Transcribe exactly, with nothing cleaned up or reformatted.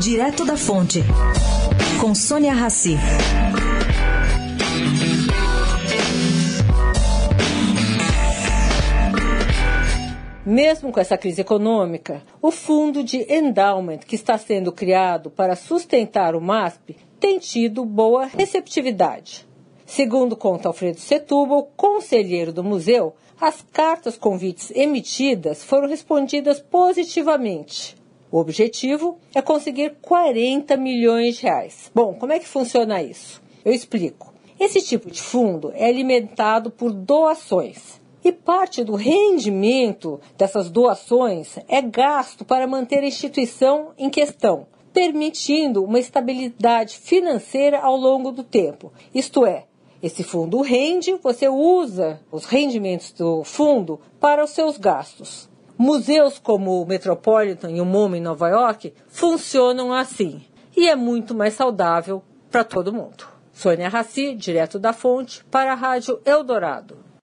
Direto da Fonte, com Sônia Rassi. Mesmo com essa crise econômica, o fundo de endowment que está sendo criado para sustentar o MASP tem tido boa receptividade. Segundo conta Alfredo Setúbal, conselheiro do museu, as cartas convites emitidas foram respondidas positivamente. O objetivo é conseguir quarenta milhões de reais. Bom, como é que funciona isso? Eu explico. Esse tipo de fundo é alimentado por doações. E parte do rendimento dessas doações é gasto para manter a instituição em questão, permitindo uma estabilidade financeira ao longo do tempo. Isto é, esse fundo rende, você usa os rendimentos do fundo para os seus gastos. Museus como o Metropolitan e o MoMA em Nova York funcionam assim. E é muito mais saudável para todo mundo. Sônia Rassi, direto da Fonte, para a Rádio Eldorado.